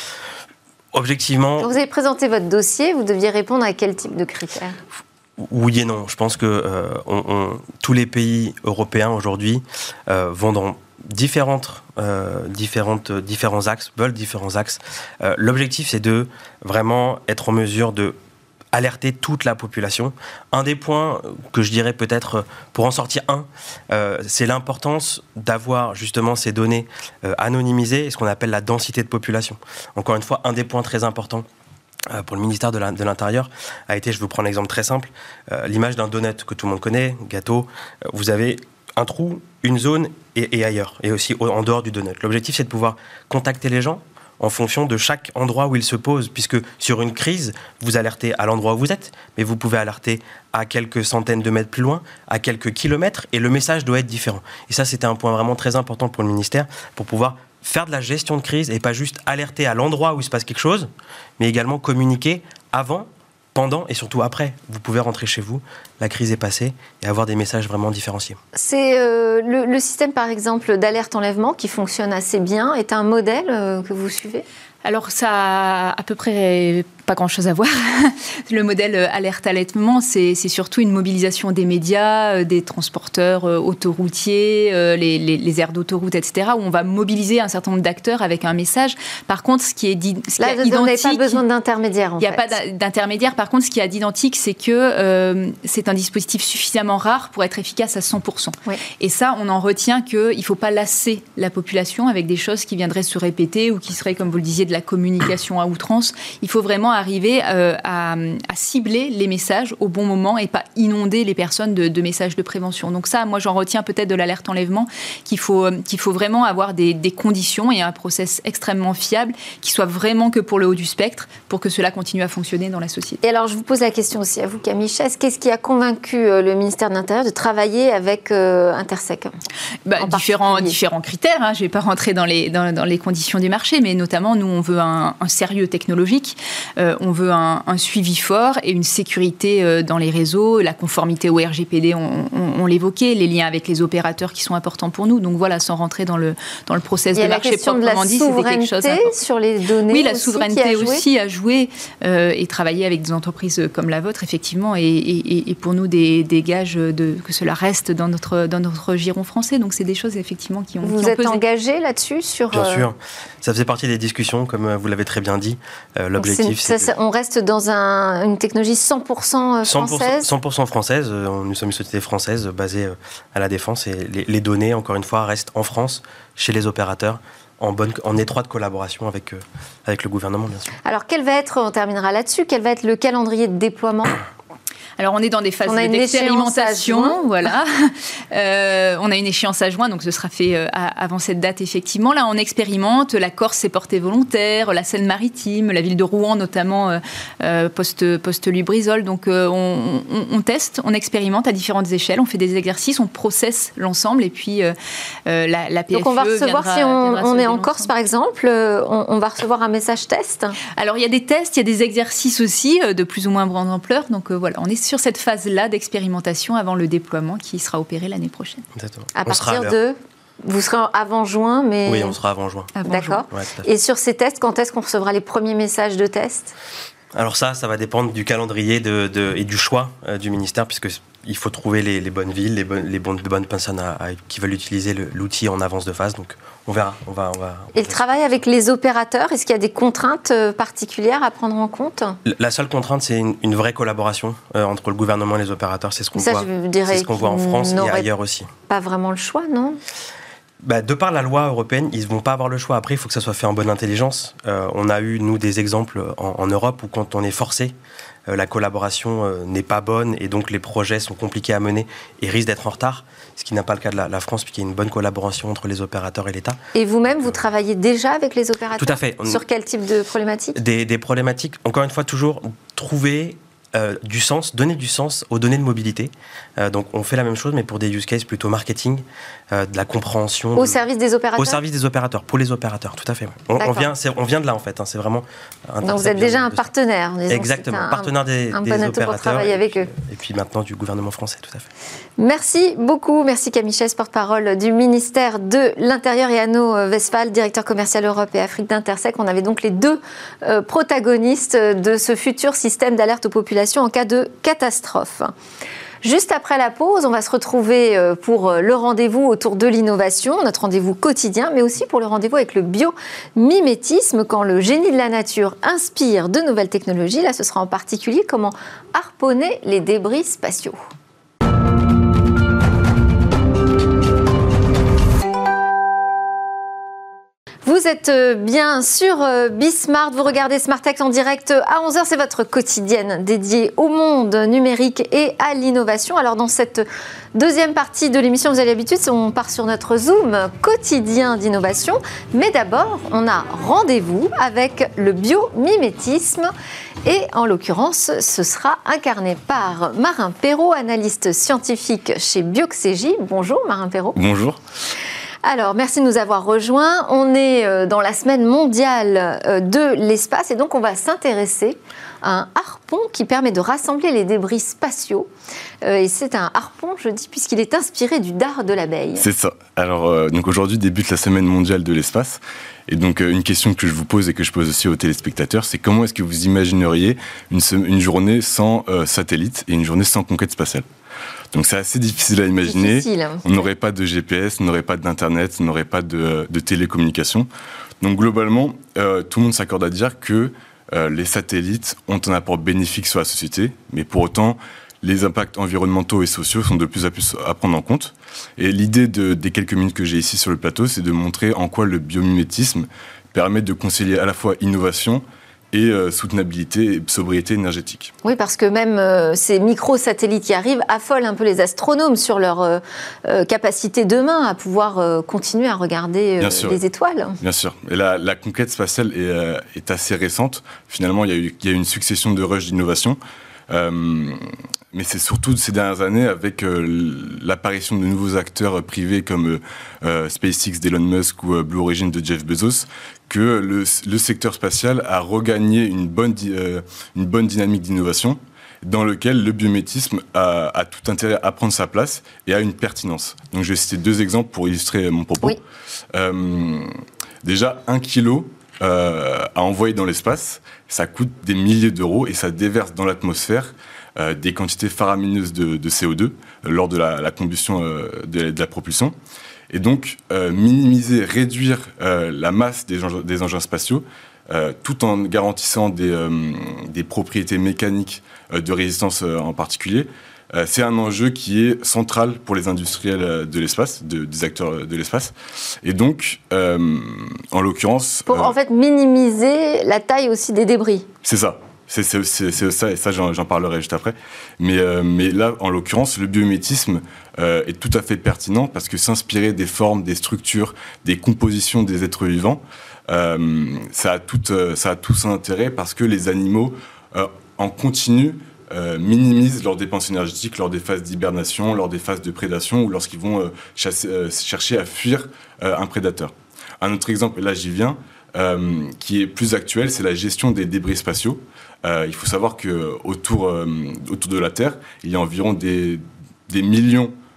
Objectivement... Quand vous avez présenté votre dossier, vous deviez répondre à quel type de critères ? Oui et non. Je pense que euh, on, on, tous les pays européens aujourd'hui euh, vont dans différentes, euh, différentes, différents axes, veulent différents axes. Euh, l'objectif, c'est de vraiment être en mesure de alerter toute la population. Un des points que je dirais peut-être, pour en sortir un, euh, c'est l'importance d'avoir justement ces données euh, anonymisées et ce qu'on appelle la densité de population. Encore une fois, un des points très importants pour le ministère de, la, de l'Intérieur a été, je vous prends un exemple très simple, euh, l'image d'un donut que tout le monde connaît, gâteau. Euh, vous avez un trou, une zone et, et ailleurs, et aussi au, en dehors du donut. L'objectif, c'est de pouvoir contacter les gens en fonction de chaque endroit où ils se posent, puisque sur une crise, vous alertez à l'endroit où vous êtes, mais vous pouvez alerter à quelques centaines de mètres plus loin, à quelques kilomètres, et le message doit être différent. Et ça, c'était un point vraiment très important pour le ministère, pour pouvoir faire de la gestion de crise et pas juste alerter à l'endroit où il se passe quelque chose, mais également communiquer avant, pendant et surtout après. Vous pouvez rentrer chez vous, la crise est passée, et avoir des messages vraiment différenciés. C'est euh, le, le système, par exemple, d'alerte enlèvement qui fonctionne assez bien, est un modèle euh, que vous suivez ? Alors ça a à peu près pas grand-chose à voir. Le modèle alerte-alertement, c'est, c'est surtout une mobilisation des médias, des transporteurs autoroutiers, les, les, les aires d'autoroute, et cetera, où on va mobiliser un certain nombre d'acteurs avec un message. Par contre, ce qui est, di- ce Là, qui est vous identique... n'avez pas besoin d'intermédiaire, en Il n'y a fait. pas d'intermédiaire. Par contre, ce qui est d'identique, c'est que euh, c'est un dispositif suffisamment rare pour être efficace à cent pour cent. Oui. Et ça, on en retient qu'il ne faut pas lasser la population avec des choses qui viendraient se répéter ou qui seraient, comme vous le disiez, de la communication à outrance. Il faut vraiment arriver euh, à, à cibler les messages au bon moment et pas inonder les personnes de, de messages de prévention. Donc ça, moi, j'en retiens peut-être de l'alerte enlèvement qu'il faut, qu'il faut vraiment avoir des, des conditions et un process extrêmement fiable qui soit vraiment que pour le haut du spectre pour que cela continue à fonctionner dans la société. Et alors, je vous pose la question aussi à vous, Camille Chess. Qu'est-ce qui a convaincu euh, le ministère de l'Intérieur de travailler avec euh, Intersec bah, différents, différents critères. Hein. Je ne vais pas rentrer dans les, dans, dans les conditions du marché, mais notamment, nous, on veut un, un sérieux technologique, euh, on veut un, un suivi fort et une sécurité euh, dans les réseaux, la conformité au R G P D, on, on, on l'évoquait, les liens avec les opérateurs qui sont importants pour nous. Donc voilà, sans rentrer dans le, dans le process de marché proprement dit, c'était quelque chose d'important. Sur les données. Oui, la aussi souveraineté a aussi a joué euh, et travailler avec des entreprises comme la vôtre, effectivement, et, et, et pour nous des, des gages de, que cela reste dans notre, dans notre giron français. Donc c'est des choses effectivement qui ont Vous qui ont êtes pesé. engagé là-dessus sur Bien euh... sûr, ça faisait partie des discussions, comme vous l'avez très bien dit. Euh, l'objectif, c'est, c'est, c'est on reste dans un, une technologie cent pour cent française. cent pour cent française. Nous sommes une société française basée à la Défense et les, les données, encore une fois, restent en France, chez les opérateurs, en, bonne, en étroite collaboration avec, euh, avec le gouvernement, bien sûr. Alors, quel va être, on terminera là-dessus, quel va être le calendrier de déploiement ? Alors, on est dans des phases d'expérimentation. Voilà. Euh, on a une échéance à juin, donc ce sera fait euh, avant cette date, effectivement. Là, on expérimente. La Corse s'est portée volontaire, la Seine-Maritime, la ville de Rouen, notamment, euh, euh, post, post-Lubrizol. Donc, euh, on, on, on teste, on expérimente à différentes échelles. On fait des exercices, on processe l'ensemble. Et puis, euh, la, la P F E. Donc, on va recevoir, viendra, si on, on est en l'ensemble. Corse, par exemple, on, on va recevoir un message test. Alors, il y a des tests, il y a des exercices aussi, de plus ou moins grande ampleur. Donc, euh, voilà, on est sur cette phase-là d'expérimentation avant le déploiement qui sera opéré l'année prochaine. Exactement. À on partir de Vous serez avant juin, mais... Oui, on sera avant juin. Avant D'accord. Ouais, et sur ces tests, quand est-ce qu'on recevra les premiers messages de tests ? Alors ça, ça va dépendre du calendrier de, de, et du choix euh, du ministère, puisqu'il faut trouver les, les bonnes villes, les bonnes, les bonnes, bonnes personnes à, à, qui veulent utiliser le, l'outil en avance de phase. Donc on verra. On va, on va, on et le travail avec les opérateurs, est-ce qu'il y a des contraintes particulières à prendre en compte ? La seule contrainte, c'est une, une vraie collaboration euh, entre le gouvernement et les opérateurs. C'est ce qu'on, ça, voit, c'est ce qu'on voit en France et ailleurs aussi. Pas vraiment le choix, non ? Bah, de par la loi européenne, ils ne vont pas avoir le choix. Après, il faut que ça soit fait en bonne intelligence. Euh, on a eu, nous, des exemples en, en Europe où quand on est forcé, euh, la collaboration euh, n'est pas bonne et donc les projets sont compliqués à mener et risquent d'être en retard, ce qui n'a pas le cas de la, la France, puisqu'il y a une bonne collaboration entre les opérateurs et l'État. Et vous-même, vous travaillez déjà avec les opérateurs ? Tout à fait. On... Sur quel type de problématiques ? des, des problématiques, encore une fois, toujours trouver... Euh, du sens, donner du sens aux données de mobilité. Euh, donc on fait la même chose, mais pour des use cases plutôt marketing, euh, de la compréhension. Au de... service des opérateurs ? Au service des opérateurs, pour les opérateurs, tout à fait. On, on, vient, c'est, on vient de là en fait, hein, c'est vraiment... Donc vous êtes déjà un partenaire. Exactement, un, partenaire des, un des bon opérateurs. Pour travailler avec et, eux. Et puis maintenant du gouvernement français, tout à fait. Merci beaucoup, merci Camille Chaise, porte-parole du ministère de l'Intérieur, et Hanno Westphal, directeur commercial Europe et Afrique d'Intersec. On avait donc les deux euh, protagonistes de ce futur système d'alerte aux populations en cas de catastrophe. Juste après la pause, on va se retrouver pour le rendez-vous autour de l'innovation, notre rendez-vous quotidien, mais aussi pour le rendez-vous avec le biomimétisme, quand le génie de la nature inspire de nouvelles technologies. Là, ce sera en particulier comment harponner les débris spatiaux. Vous êtes bien sur Bismart, vous regardez Smartech en direct à onze heures, c'est votre quotidienne dédiée au monde numérique et à l'innovation. Alors dans cette deuxième partie de l'émission, vous avez l'habitude, on part sur notre Zoom quotidien d'innovation. Mais d'abord, on a rendez-vous avec le biomimétisme. Et en l'occurrence, ce sera incarné par Marin Perrault, analyste scientifique chez Bioxégie. Bonjour Marin Perrault. Bonjour. Alors, merci de nous avoir rejoints. On est dans la semaine mondiale de l'espace et donc on va s'intéresser à un harpon qui permet de rassembler les débris spatiaux. Et c'est un harpon, je dis, puisqu'il est inspiré du dard de l'abeille. C'est ça. Alors, euh, donc aujourd'hui débute la semaine mondiale de l'espace. Et donc, euh, une question que je vous pose et que je pose aussi aux téléspectateurs, c'est comment est-ce que vous imagineriez une, une journée sans euh, satellite et une journée sans conquête spatiale ? Donc c'est assez difficile à imaginer. Difficile, hein. On n'aurait pas de G P S, on n'aurait pas d'internet, on n'aurait pas de, de télécommunications. Donc globalement, euh, tout le monde s'accorde à dire que euh, les satellites ont un apport bénéfique sur la société, mais pour autant, les impacts environnementaux et sociaux sont de plus en plus à prendre en compte. Et l'idée de, des quelques minutes que j'ai ici sur le plateau, c'est de montrer en quoi le biomimétisme permet de concilier à la fois innovation et euh, soutenabilité et sobriété énergétique. Oui, parce que même euh, ces micro-satellites qui arrivent affolent un peu les astronomes sur leur euh, euh, capacité demain à pouvoir euh, continuer à regarder euh, les étoiles. Bien sûr. Et la, la conquête spatiale est, euh, est assez récente. Finalement, il y a eu, il y a eu une succession de rushs d'innovation. Euh, mais c'est surtout ces dernières années avec euh, l'apparition de nouveaux acteurs privés comme euh, SpaceX d'Elon Musk ou euh, Blue Origin de Jeff Bezos que le, le secteur spatial a regagné une bonne, euh, une bonne dynamique d'innovation dans lequel le biomimétisme a, a tout intérêt à prendre sa place et a une pertinence. Donc je vais citer deux exemples pour illustrer mon propos. Oui. Euh, déjà, un kilo euh, à envoyer dans l'espace, ça coûte des milliers d'euros et ça déverse dans l'atmosphère euh, des quantités faramineuses de, de C O deux euh, lors de la, la combustion euh, de, de la propulsion. Et donc, euh, minimiser, réduire euh, la masse des, engins, des engins spatiaux, euh, tout en garantissant des, euh, des propriétés mécaniques euh, de résistance euh, en particulier, euh, c'est un enjeu qui est central pour les industriels de l'espace, de, des acteurs de l'espace. Et donc, euh, en l'occurrence... Pour, euh, en fait, minimiser la taille aussi des débris. C'est ça. C'est, c'est, c'est, c'est ça, et ça j'en, j'en parlerai juste après. Mais, euh, mais là, en l'occurrence, le biomimétisme euh, est tout à fait pertinent parce que s'inspirer des formes, des structures, des compositions des êtres vivants, euh, ça, a tout, euh, ça a tout son intérêt parce que les animaux, euh, en continu, euh, minimisent leurs dépenses énergétiques lors des phases d'hibernation, lors des phases de prédation ou lorsqu'ils vont euh, chasser, euh, chercher à fuir euh, un prédateur. Un autre exemple, et là j'y viens, euh, qui est plus actuel, c'est la gestion des débris spatiaux. Euh, il faut savoir qu'autour euh, autour de la Terre, il y a environ des, des millions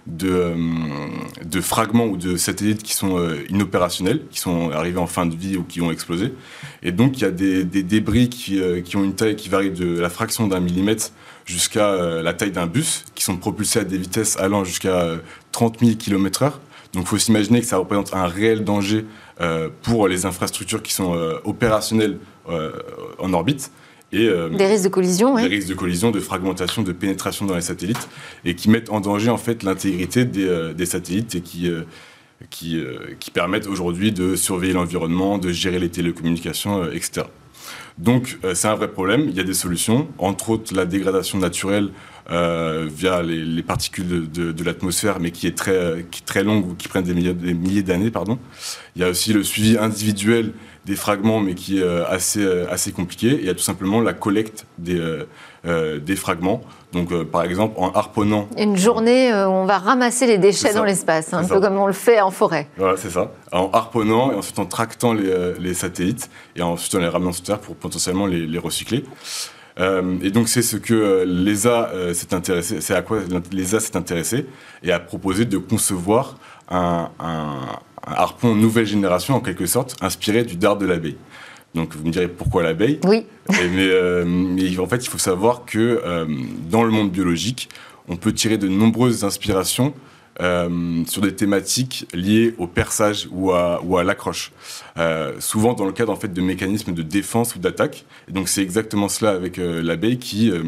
de, euh, de fragments ou de satellites qui sont euh, inopérationnels, qui sont arrivés en fin de vie ou qui ont explosé. Et donc, il y a des, des débris qui, euh, qui ont une taille qui varie de la fraction d'un millimètre jusqu'à euh, la taille d'un bus, qui sont propulsés à des vitesses allant jusqu'à euh, trente mille kilomètres heure. Donc, il faut s'imaginer que ça représente un réel danger euh, pour les infrastructures qui sont euh, opérationnelles euh, en orbite. Et, euh, des risques de collision, Des oui. risques de collision, de fragmentation, de pénétration dans les satellites, et qui mettent en danger en fait l'intégrité des, euh, des satellites et qui, euh, qui, euh, qui permettent aujourd'hui de surveiller l'environnement, de gérer les télécommunications, euh, et cetera. Donc euh, c'est un vrai problème, il y a des solutions, entre autres la dégradation naturelle euh, via les, les particules de, de, de l'atmosphère, mais qui est très, euh, qui est très longue ou qui prennent des milliers, des milliers d'années. Pardon. Il y a aussi le suivi individuel des fragments, mais qui est euh, assez, euh, assez compliqué. Et il y a tout simplement la collecte des, euh, euh, des fragments. Donc, euh, par exemple, en harponnant... Une journée euh, où on va ramasser les déchets ça, dans l'espace, un c'est peu ça. comme on le fait en forêt. Voilà, c'est ça. En harponnant et ensuite en tractant les, euh, les satellites et ensuite en les ramenant sur Terre pour potentiellement les, les recycler. Euh, et donc, c'est ce que euh, l'E S A euh, s'est intéressé, c'est à quoi l'E S A s'est intéressé et a proposé de concevoir un... un un harpon nouvelle génération, en quelque sorte, inspiré du dard de l'abeille. Donc, vous me direz pourquoi l'abeille ? Oui. Et mais, euh, mais en fait, il faut savoir que euh, dans le monde biologique, on peut tirer de nombreuses inspirations euh, sur des thématiques liées au perçage ou à, ou à l'accroche. Euh, souvent dans le cadre en fait, de mécanismes de défense ou d'attaque. Et donc, c'est exactement cela avec euh, l'abeille qui, euh,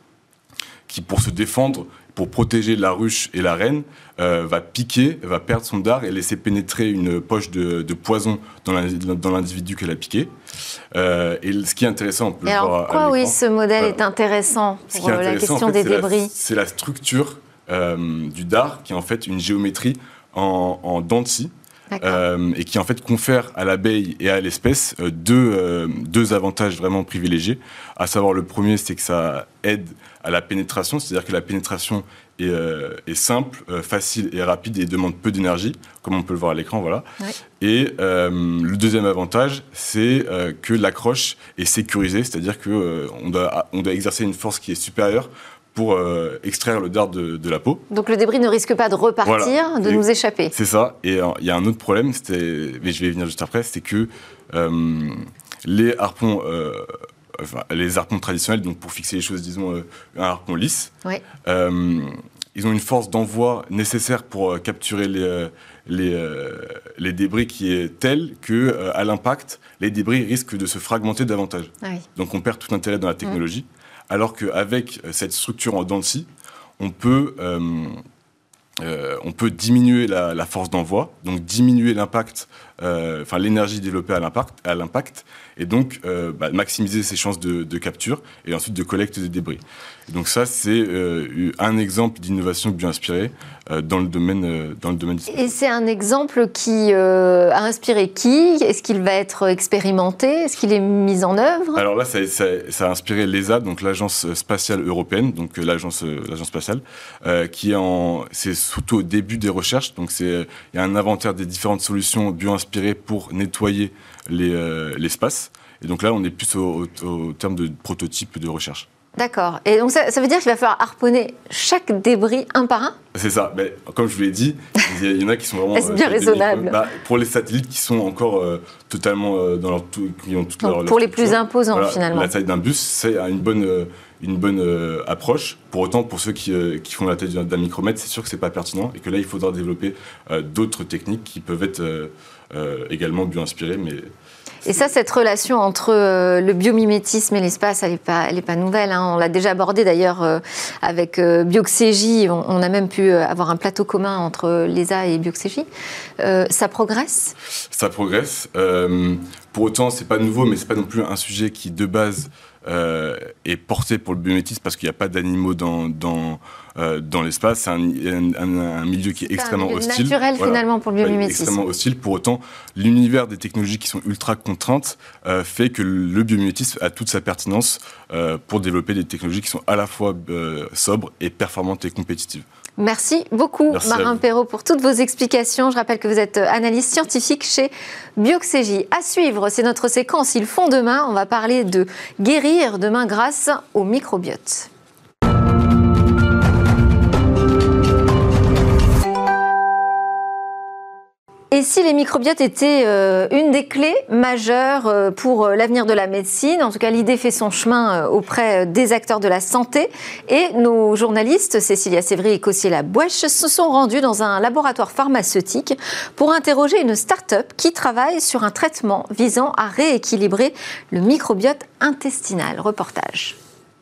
qui, pour se défendre, pour protéger la ruche et la reine, euh, va piquer, va perdre son dard et laisser pénétrer une poche de, de poison dans l'individu qu'elle a piqué. Euh, et ce qui est intéressant, on peut et le alors, voir à pourquoi oui, ce modèle voilà. est intéressant Ce pour qui est la intéressant, question en fait, des c'est débris la, c'est la structure euh, du dard, qui est en fait une géométrie en, en dents de scie. Euh, et qui en fait confère à l'abeille et à l'espèce euh, deux, euh, deux avantages vraiment privilégiés. À savoir, le premier, c'est que ça aide à la pénétration, c'est-à-dire que la pénétration est, euh, est simple, euh, facile et rapide et demande peu d'énergie, comme on peut le voir à l'écran, voilà. Oui. Et euh, le deuxième avantage, c'est euh, que l'accroche est sécurisée, c'est-à-dire qu'on euh, doit, on doit exercer une force qui est supérieure pour euh, extraire le dard de, de la peau. Donc le débris ne risque pas de repartir, voilà. de et nous échapper. C'est ça. Et il euh, y a un autre problème, mais je vais y venir juste après, c'est que euh, les harpons, euh, enfin, les harpons traditionnels, donc pour fixer les choses, disons euh, un harpon lisse, oui. euh, ils ont une force d'envoi nécessaire pour euh, capturer les, euh, les, euh, les débris qui est telle que, euh, à l'impact, les débris risquent de se fragmenter davantage. Oui. Donc on perd tout intérêt dans la technologie. Mmh. Alors qu'avec cette structure en dents de scie, on peut, euh, euh, on peut diminuer la, la force d'envoi, donc diminuer l'impact, euh, enfin l'énergie développée à l'impact, à l'impact et donc euh, bah, maximiser ses chances de, de capture et ensuite de collecte des débris. Et donc ça, c'est euh, un exemple d'innovation bien inspirée euh, dans le domaine, euh, dans le domaine du Et c'est un exemple qui euh, a inspiré qui ? Est-ce qu'il va être expérimenté ? Est-ce qu'il est mis en œuvre ? Alors là, ça, ça, ça a inspiré l'E S A, donc l'Agence spatiale européenne, donc l'agence, l'agence spatiale, euh, qui est en, c'est surtout au début des recherches. Donc c'est, il y a un inventaire des différentes solutions bio-inspirées pour nettoyer les, euh, l'espace. Et donc là, on est plus au, au, au terme de prototype de recherche. D'accord. Et donc ça, ça veut dire qu'il va falloir harponner chaque débris un par un ? C'est ça. Mais comme je vous l'ai dit, il y en a qui sont vraiment... Est-ce bien euh, raisonnable bah, pour les satellites qui sont encore euh, totalement euh, dans leur... qui ont toute donc, leur, pour leur les plus imposants, voilà, finalement. La taille d'un bus, c'est une bonne, euh, une bonne euh, approche. Pour autant, pour ceux qui, euh, qui font la taille d'un micromètre, c'est sûr que c'est pas pertinent et que là, il faudra développer euh, d'autres techniques qui peuvent être euh, euh, également bio-inspirées, mais... Et ça, cette relation entre euh, le biomimétisme et l'espace, elle n'est pas, elle est pas nouvelle. Hein. On l'a déjà abordé d'ailleurs euh, avec euh, Bioxégie. On, on a même pu avoir un plateau commun entre l'E S A et Bioxégie. Euh, ça progresse ? Ça progresse. Euh, pour autant, c'est pas nouveau, mais c'est pas non plus un sujet qui, de base, euh, est porté pour le biomimétisme parce qu'il n'y a pas d'animaux dans, dans, euh, dans l'espace. C'est un, un, un milieu qui est c'est extrêmement un milieu hostile. naturel, voilà. Finalement, pour le biomimétisme. Extrêmement hostile. Pour autant, l'univers des technologies qui sont ultra contraintes euh, fait que le biomimétisme a toute sa pertinence euh, pour développer des technologies qui sont à la fois euh, sobres et performantes et compétitives. Merci beaucoup, Merci Marin Perrault, pour toutes vos explications. Je rappelle que vous êtes analyste scientifique chez Bioxégie. À suivre, c'est notre séquence Ils font demain. On va parler de guérir demain grâce au microbiote. Et si les microbiotes étaient euh, une des clés majeures euh, pour euh, l'avenir de la médecine, en tout cas l'idée fait son chemin euh, auprès des acteurs de la santé. Et nos journalistes, Cécilia Sévry et Cociela Bouèche, se sont rendus dans un laboratoire pharmaceutique pour interroger une start-up qui travaille sur un traitement visant à rééquilibrer le microbiote intestinal. Reportage.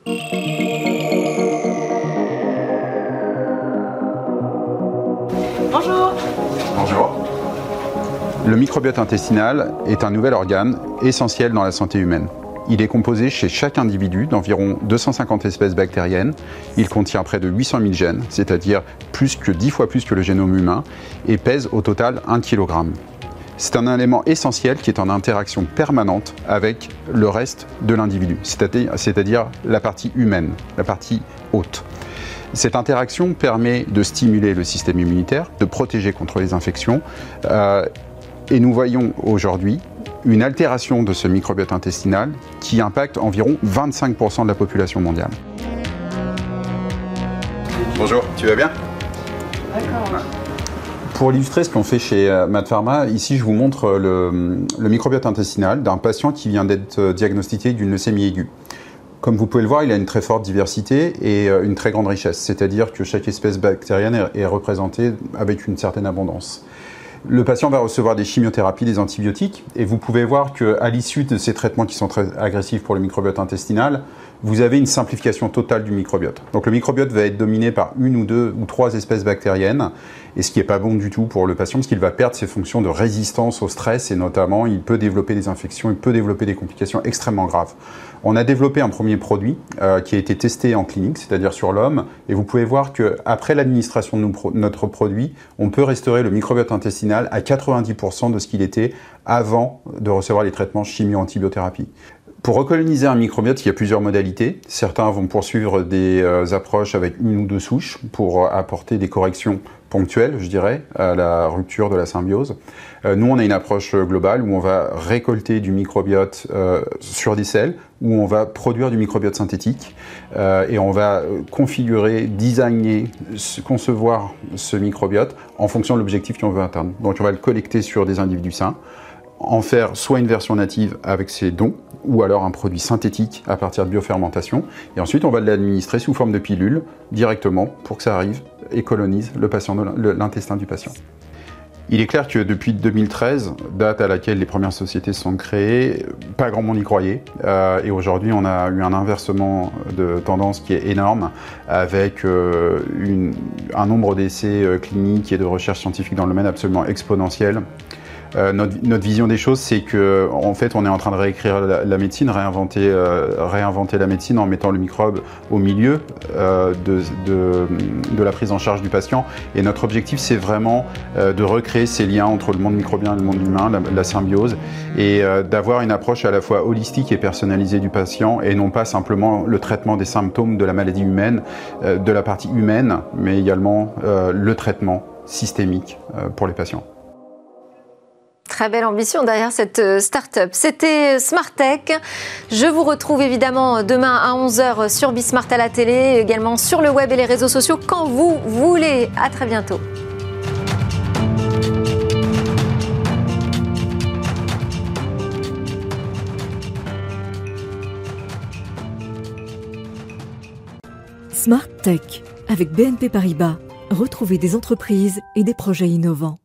Bonjour. Bonjour. Le microbiote intestinal est un nouvel organe essentiel dans la santé humaine. Il est composé chez chaque individu d'environ deux cent cinquante espèces bactériennes. Il contient près de huit cent mille gènes, c'est-à-dire plus que dix fois plus que le génome humain, et pèse au total un kilogramme. C'est un élément essentiel qui est en interaction permanente avec le reste de l'individu, c'est-à-dire, c'est-à-dire la partie humaine, la partie haute. Cette interaction permet de stimuler le système immunitaire, de protéger contre les infections, euh, et nous voyons aujourd'hui une altération de ce microbiote intestinal qui impacte environ vingt-cinq pour cent de la population mondiale. Bonjour, tu vas bien ? D'accord. Pour illustrer ce qu'on fait chez MaaT Pharma, ici je vous montre le, le microbiote intestinal d'un patient qui vient d'être diagnostiqué d'une leucémie aiguë. Comme vous pouvez le voir, il a une très forte diversité et une très grande richesse, c'est-à-dire que chaque espèce bactérienne est représentée avec une certaine abondance. Le patient va recevoir des chimiothérapies, des antibiotiques, et vous pouvez voir qu'à l'issue de ces traitements qui sont très agressifs pour le microbiote intestinal, vous avez une simplification totale du microbiote. Donc le microbiote va être dominé par une ou deux ou trois espèces bactériennes, et ce qui n'est pas bon du tout pour le patient, parce qu'il va perdre ses fonctions de résistance au stress, et notamment il peut développer des infections, il peut développer des complications extrêmement graves. On a développé un premier produit euh, qui a été testé en clinique, c'est-à-dire sur l'homme, et vous pouvez voir qu'après l'administration de nous, notre produit, on peut restaurer le microbiote intestinal à quatre-vingt-dix pour cent de ce qu'il était avant de recevoir les traitements chimio-antibiothérapie. Pour recoloniser un microbiote, il y a plusieurs modalités. Certains vont poursuivre des euh, approches avec une ou deux souches pour apporter des corrections ponctuelles, je dirais, à la rupture de la symbiose. Euh, nous, on a une approche globale où on va récolter du microbiote euh, sur des selles, où on va produire du microbiote synthétique euh, et on va configurer, designer, concevoir ce microbiote en fonction de l'objectif qu'on veut atteindre. Donc, on va le collecter sur des individus sains, en faire soit une version native avec ses dons, ou alors un produit synthétique à partir de biofermentation. Et ensuite, on va l'administrer sous forme de pilule directement pour que ça arrive et colonise le patient, l'intestin du patient. Il est clair que depuis deux mille treize, date à laquelle les premières sociétés se sont créées, pas grand monde y croyait. Euh, et aujourd'hui, on a eu un inversement de tendance qui est énorme, avec euh, une, un nombre d'essais euh, cliniques et de recherches scientifiques dans le domaine absolument exponentiel. Euh, notre, notre vision des choses, c'est que en fait, on est en train de réécrire la, la médecine, réinventer, euh, réinventer la médecine en mettant le microbe au milieu euh, de, de, de la prise en charge du patient. Et notre objectif, c'est vraiment euh, de recréer ces liens entre le monde microbien et le monde humain, la, la symbiose, et euh, d'avoir une approche à la fois holistique et personnalisée du patient, et non pas simplement le traitement des symptômes de la maladie humaine, euh, de la partie humaine, mais également euh, le traitement systémique euh, pour les patients. Très belle ambition derrière cette start-up. C'était Smartech. Je vous retrouve évidemment demain à onze heures sur Bismart à la télé, également sur le web et les réseaux sociaux quand vous voulez. À très bientôt. Smartech avec B N P Paribas. Retrouvez des entreprises et des projets innovants.